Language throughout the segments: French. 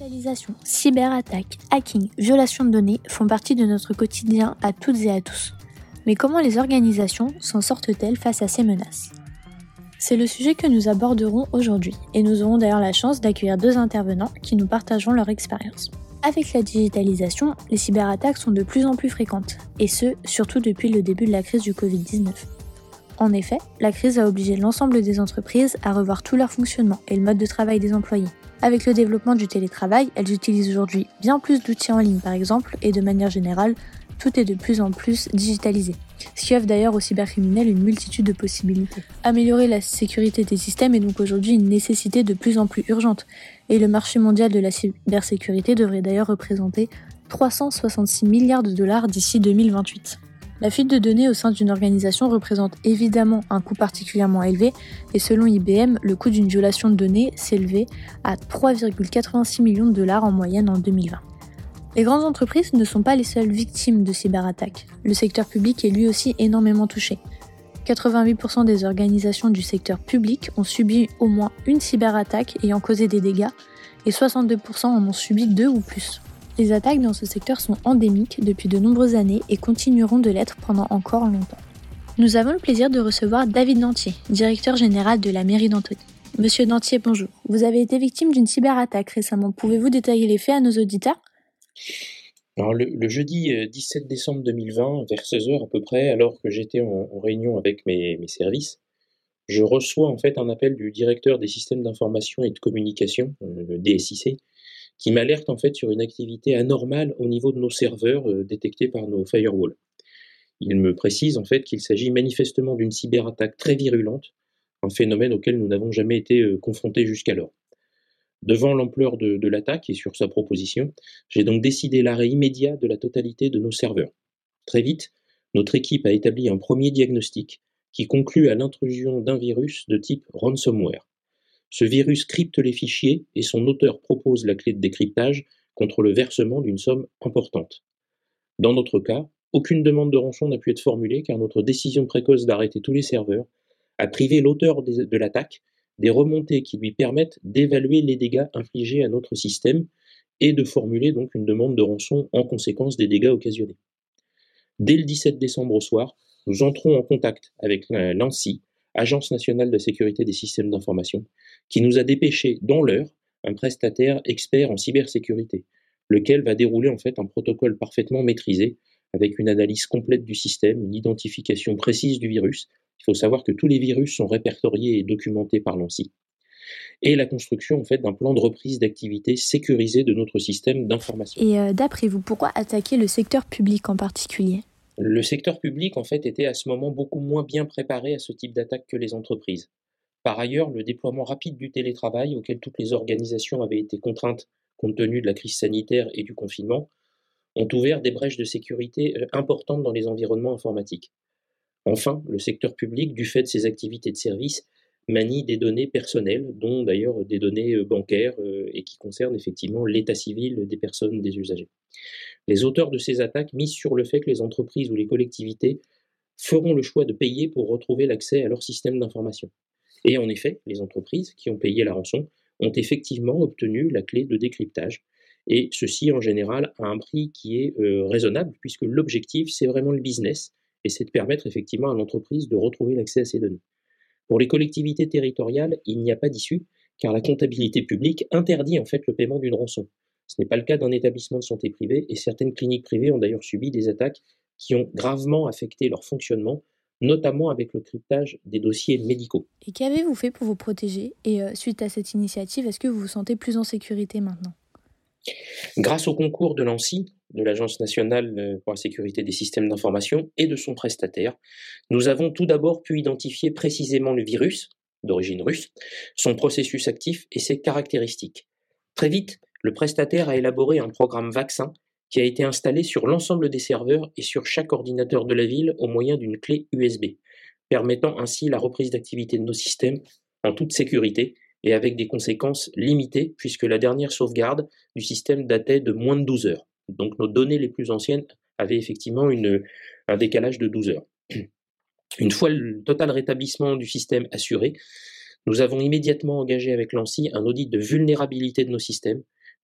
Digitalisation, cyberattaques, hacking, violation de données font partie de notre quotidien à toutes et à tous. Mais comment les organisations s'en sortent-elles face à ces menaces ? C'est le sujet que nous aborderons aujourd'hui, et nous aurons d'ailleurs la chance d'accueillir deux intervenants qui nous partageront leur expérience. Avec la digitalisation, les cyberattaques sont de plus en plus fréquentes, et ce, surtout depuis le début de la crise du Covid-19. En effet, la crise a obligé l'ensemble des entreprises à revoir tout leur fonctionnement et le mode de travail des employés. Avec le développement du télétravail, elles utilisent aujourd'hui bien plus d'outils en ligne par exemple, et de manière générale, tout est de plus en plus digitalisé. Ce qui offre d'ailleurs aux cybercriminels une multitude de possibilités. Améliorer la sécurité des systèmes est donc aujourd'hui une nécessité de plus en plus urgente, et le marché mondial de la cybersécurité devrait d'ailleurs représenter 366 milliards de dollars d'ici 2028. La fuite de données au sein d'une organisation représente évidemment un coût particulièrement élevé, et selon IBM, le coût d'une violation de données s'élevait à 3,86 millions de dollars en moyenne en 2020. Les grandes entreprises ne sont pas les seules victimes de cyberattaques. Le secteur public est lui aussi énormément touché. 88% des organisations du secteur public ont subi au moins une cyberattaque ayant causé des dégâts, et 62% en ont subi 2 ou plus. Les attaques dans ce secteur sont endémiques depuis de nombreuses années et continueront de l'être pendant encore longtemps. Nous avons le plaisir de recevoir David Dantier, directeur général de la mairie d'Antony. Monsieur Dantier, bonjour. Vous avez été victime d'une cyberattaque récemment. Pouvez-vous détailler les faits à nos auditeurs ? Alors le jeudi 17 décembre 2020, vers 16h à peu près, alors que j'étais en réunion avec mes services, je reçois en fait un appel du directeur des systèmes d'information et de communication, le DSIC, qui m'alerte en fait sur une activité anormale au niveau de nos serveurs détectés par nos firewalls. Il me précise en fait qu'il s'agit manifestement d'une cyberattaque très virulente, un phénomène auquel nous n'avons jamais été confrontés jusqu'alors. Devant l'ampleur de l'attaque et sur sa proposition, j'ai donc décidé l'arrêt immédiat de la totalité de nos serveurs. Très vite, notre équipe a établi un premier diagnostic qui conclut à l'intrusion d'un virus de type ransomware. Ce virus crypte les fichiers et son auteur propose la clé de décryptage contre le versement d'une somme importante. Dans notre cas, aucune demande de rançon n'a pu être formulée car notre décision précoce d'arrêter tous les serveurs a privé l'auteur de l'attaque des remontées qui lui permettent d'évaluer les dégâts infligés à notre système et de formuler donc une demande de rançon en conséquence des dégâts occasionnés. Dès le 17 décembre au soir, nous entrons en contact avec l'ANSSI, Agence nationale de la sécurité des systèmes d'information, qui nous a dépêché dans l'heure un prestataire expert en cybersécurité, lequel va dérouler en fait un protocole parfaitement maîtrisé avec une analyse complète du système, une identification précise du virus. Il faut savoir que tous les virus sont répertoriés et documentés par l'ANSSI. Et la construction en fait d'un plan de reprise d'activité sécurisé de notre système d'information. Et d'après vous, pourquoi attaquer le secteur public en particulier ? Le secteur public en fait était à ce moment beaucoup moins bien préparé à ce type d'attaque que les entreprises. Par ailleurs, le déploiement rapide du télétravail auquel toutes les organisations avaient été contraintes compte tenu de la crise sanitaire et du confinement ont ouvert des brèches de sécurité importantes dans les environnements informatiques. Enfin, le secteur public, du fait de ses activités de service, manie des données personnelles, dont d'ailleurs des données bancaires et qui concernent effectivement l'état civil des personnes, des usagers. Les auteurs de ces attaques misent sur le fait que les entreprises ou les collectivités feront le choix de payer pour retrouver l'accès à leur système d'information. Et en effet, les entreprises qui ont payé la rançon ont effectivement obtenu la clé de décryptage, et ceci en général à un prix qui est raisonnable, puisque l'objectif c'est vraiment le business, et c'est de permettre effectivement à l'entreprise de retrouver l'accès à ces données. Pour les collectivités territoriales, il n'y a pas d'issue, car la comptabilité publique interdit en fait le paiement d'une rançon. Ce n'est pas le cas d'un établissement de santé privé, et certaines cliniques privées ont d'ailleurs subi des attaques qui ont gravement affecté leur fonctionnement, notamment avec le cryptage des dossiers médicaux. Et qu'avez-vous fait pour vous protéger ? Et suite à cette initiative, est-ce que vous vous sentez plus en sécurité maintenant ? Grâce au concours de l'ANSSI, de l'Agence nationale pour la sécurité des systèmes d'information, et de son prestataire, nous avons tout d'abord pu identifier précisément le virus, d'origine russe, son processus actif et ses caractéristiques. Très vite, le prestataire a élaboré un programme vaccin qui a été installé sur l'ensemble des serveurs et sur chaque ordinateur de la ville au moyen d'une clé USB, permettant ainsi la reprise d'activité de nos systèmes en toute sécurité et avec des conséquences limitées puisque la dernière sauvegarde du système datait de moins de 12 heures. Donc nos données les plus anciennes avaient effectivement un décalage de 12 heures. Une fois le total rétablissement du système assuré, nous avons immédiatement engagé avec l'ANSSI un audit de vulnérabilité de nos systèmes,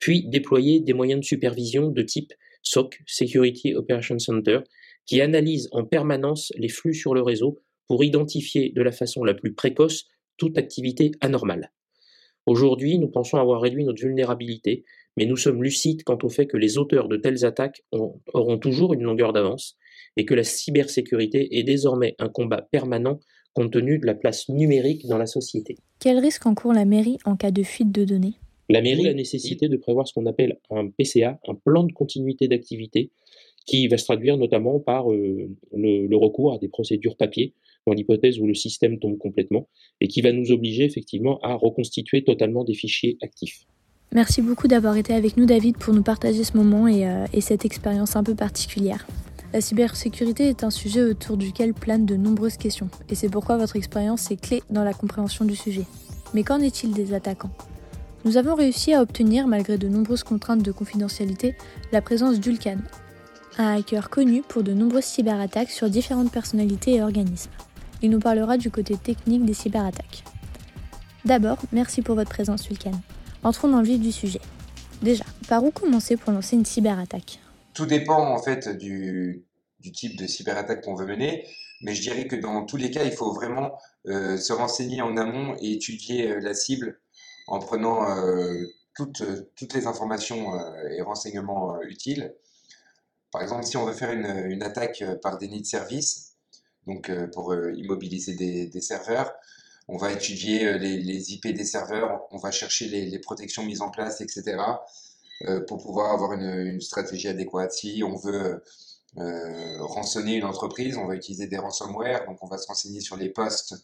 puis déployer des moyens de supervision de type SOC, Security Operations Center, qui analysent en permanence les flux sur le réseau pour identifier de la façon la plus précoce toute activité anormale. Aujourd'hui, nous pensons avoir réduit notre vulnérabilité, mais nous sommes lucides quant au fait que les auteurs de telles attaques auront toujours une longueur d'avance et que la cybersécurité est désormais un combat permanent compte tenu de la place numérique dans la société. Quel risque encourt la mairie en cas de fuite de données ? La mairie a la nécessité de prévoir ce qu'on appelle un PCA, un plan de continuité d'activité, qui va se traduire notamment par le recours à des procédures papier, dans l'hypothèse où le système tombe complètement, et qui va nous obliger effectivement à reconstituer totalement des fichiers actifs. Merci beaucoup d'avoir été avec nous, David, pour nous partager ce moment et cette expérience un peu particulière. La cybersécurité est un sujet autour duquel planent de nombreuses questions, et c'est pourquoi votre expérience est clé dans la compréhension du sujet. Mais qu'en est-il des attaquants ? Nous avons réussi à obtenir, malgré de nombreuses contraintes de confidentialité, la présence d'Ulkan, un hacker connu pour de nombreuses cyberattaques sur différentes personnalités et organismes. Il nous parlera du côté technique des cyberattaques. D'abord, merci pour votre présence, Ulkan. Entrons dans le vif du sujet. Déjà, par où commencer pour lancer une cyberattaque ? Tout dépend en fait du type de cyberattaque qu'on veut mener, mais je dirais que dans tous les cas, il faut vraiment se renseigner en amont et étudier la cible en prenant toutes les informations et renseignements utiles. Par exemple, si on veut faire une attaque par déni de service, donc pour immobiliser des serveurs, on va étudier les IP des serveurs, on va chercher les protections mises en place, etc. Pour pouvoir avoir une stratégie adéquate. Si on veut rançonner une entreprise, on va utiliser des ransomware, donc on va se renseigner sur les postes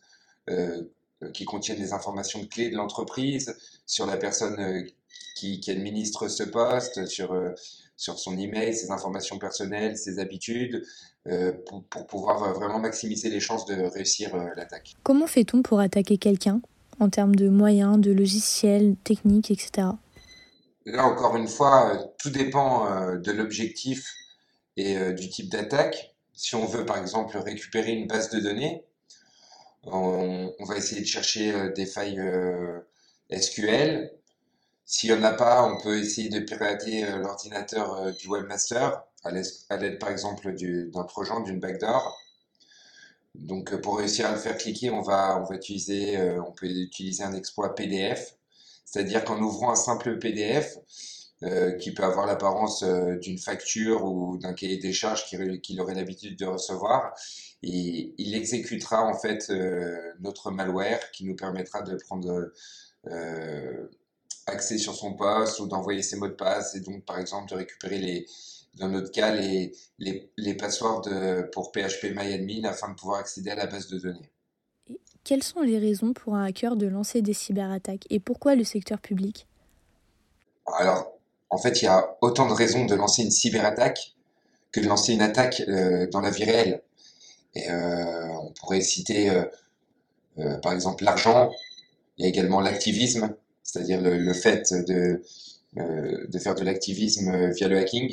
qui contiennent les informations clés de l'entreprise, sur la personne qui administre ce poste, sur son email, ses informations personnelles, ses habitudes, pour pouvoir vraiment maximiser les chances de réussir l'attaque. Comment fait-on pour attaquer quelqu'un, en termes de moyens, de logiciels, techniques, etc. Là, encore une fois, tout dépend de l'objectif et du type d'attaque. Si on veut, par exemple, récupérer une base de données, on va essayer de chercher des failles SQL. S'il n'y en a pas, on peut essayer de pirater l'ordinateur du webmaster à l'aide, par exemple, d'un trojan, d'une backdoor. Donc, pour réussir à le faire cliquer, on peut utiliser un exploit PDF. C'est-à-dire qu'en ouvrant un simple PDF, qui peut avoir l'apparence d'une facture ou d'un cahier des charges qu'il aurait l'habitude de recevoir, et il exécutera en fait notre malware qui nous permettra de prendre accès sur son poste ou d'envoyer ses mots de passe et donc par exemple de récupérer dans notre cas les passwords pour PHP-MyAdmin afin de pouvoir accéder à la base de données. Quelles sont les raisons pour un hacker de lancer des cyberattaques et pourquoi le secteur public ? Alors, en fait, il y a autant de raisons de lancer une cyberattaque que de lancer une attaque dans la vie réelle. Et on pourrait citer par exemple l'argent, il y a également l'activisme, c'est-à-dire le fait de faire de l'activisme via le hacking,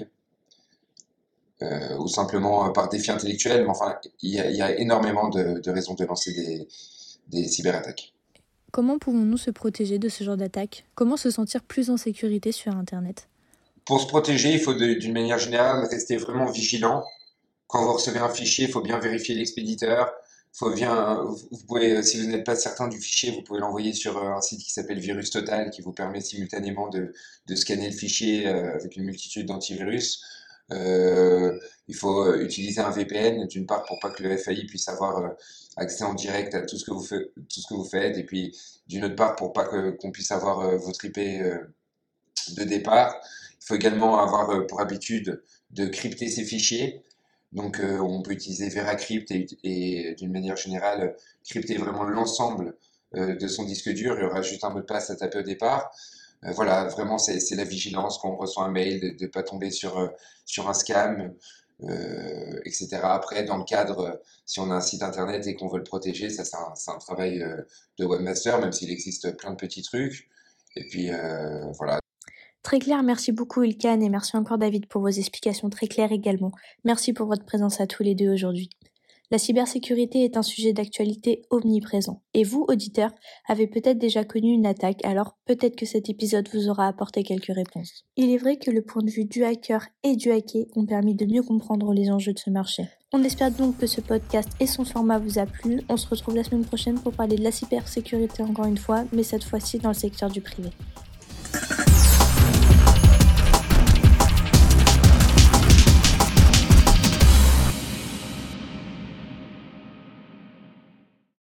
ou simplement par défi intellectuel, mais enfin, il y a énormément de raisons de lancer des cyberattaques. Comment pouvons-nous se protéger de ce genre d'attaque ? Comment se sentir plus en sécurité sur Internet ? Pour se protéger, il faut d'une manière générale rester vraiment vigilant. Quand vous recevez un fichier, il faut bien vérifier l'expéditeur. Vous pouvez, si vous n'êtes pas certain du fichier, vous pouvez l'envoyer sur un site qui s'appelle Virus Total, qui vous permet simultanément de scanner le fichier avec une multitude d'antivirus. Il faut utiliser un VPN, d'une part pour pas que le FAI puisse avoir accès en direct à tout ce que vous faites, et puis d'une autre part pour pas qu'on puisse avoir votre IP de départ. Il faut également avoir pour habitude de crypter ces fichiers. Donc on peut utiliser VeraCrypt et d'une manière générale crypter vraiment l'ensemble de son disque dur. Il y aura juste un mot de passe à taper au départ. Voilà, vraiment c'est la vigilance quand on reçoit un mail, de ne pas tomber sur un scam, etc. Après, dans le cadre, si on a un site internet et qu'on veut le protéger, ça c'est un travail de webmaster, même s'il existe plein de petits trucs. Et puis voilà. Très clair, merci beaucoup Ulkan et merci encore David pour vos explications très claires également. Merci pour votre présence à tous les deux aujourd'hui. La cybersécurité est un sujet d'actualité omniprésent. Et vous, auditeurs, avez peut-être déjà connu une attaque, alors peut-être que cet épisode vous aura apporté quelques réponses. Il est vrai que le point de vue du hacker et du hacké ont permis de mieux comprendre les enjeux de ce marché. On espère donc que ce podcast et son format vous a plu. On se retrouve la semaine prochaine pour parler de la cybersécurité encore une fois, mais cette fois-ci dans le secteur du privé.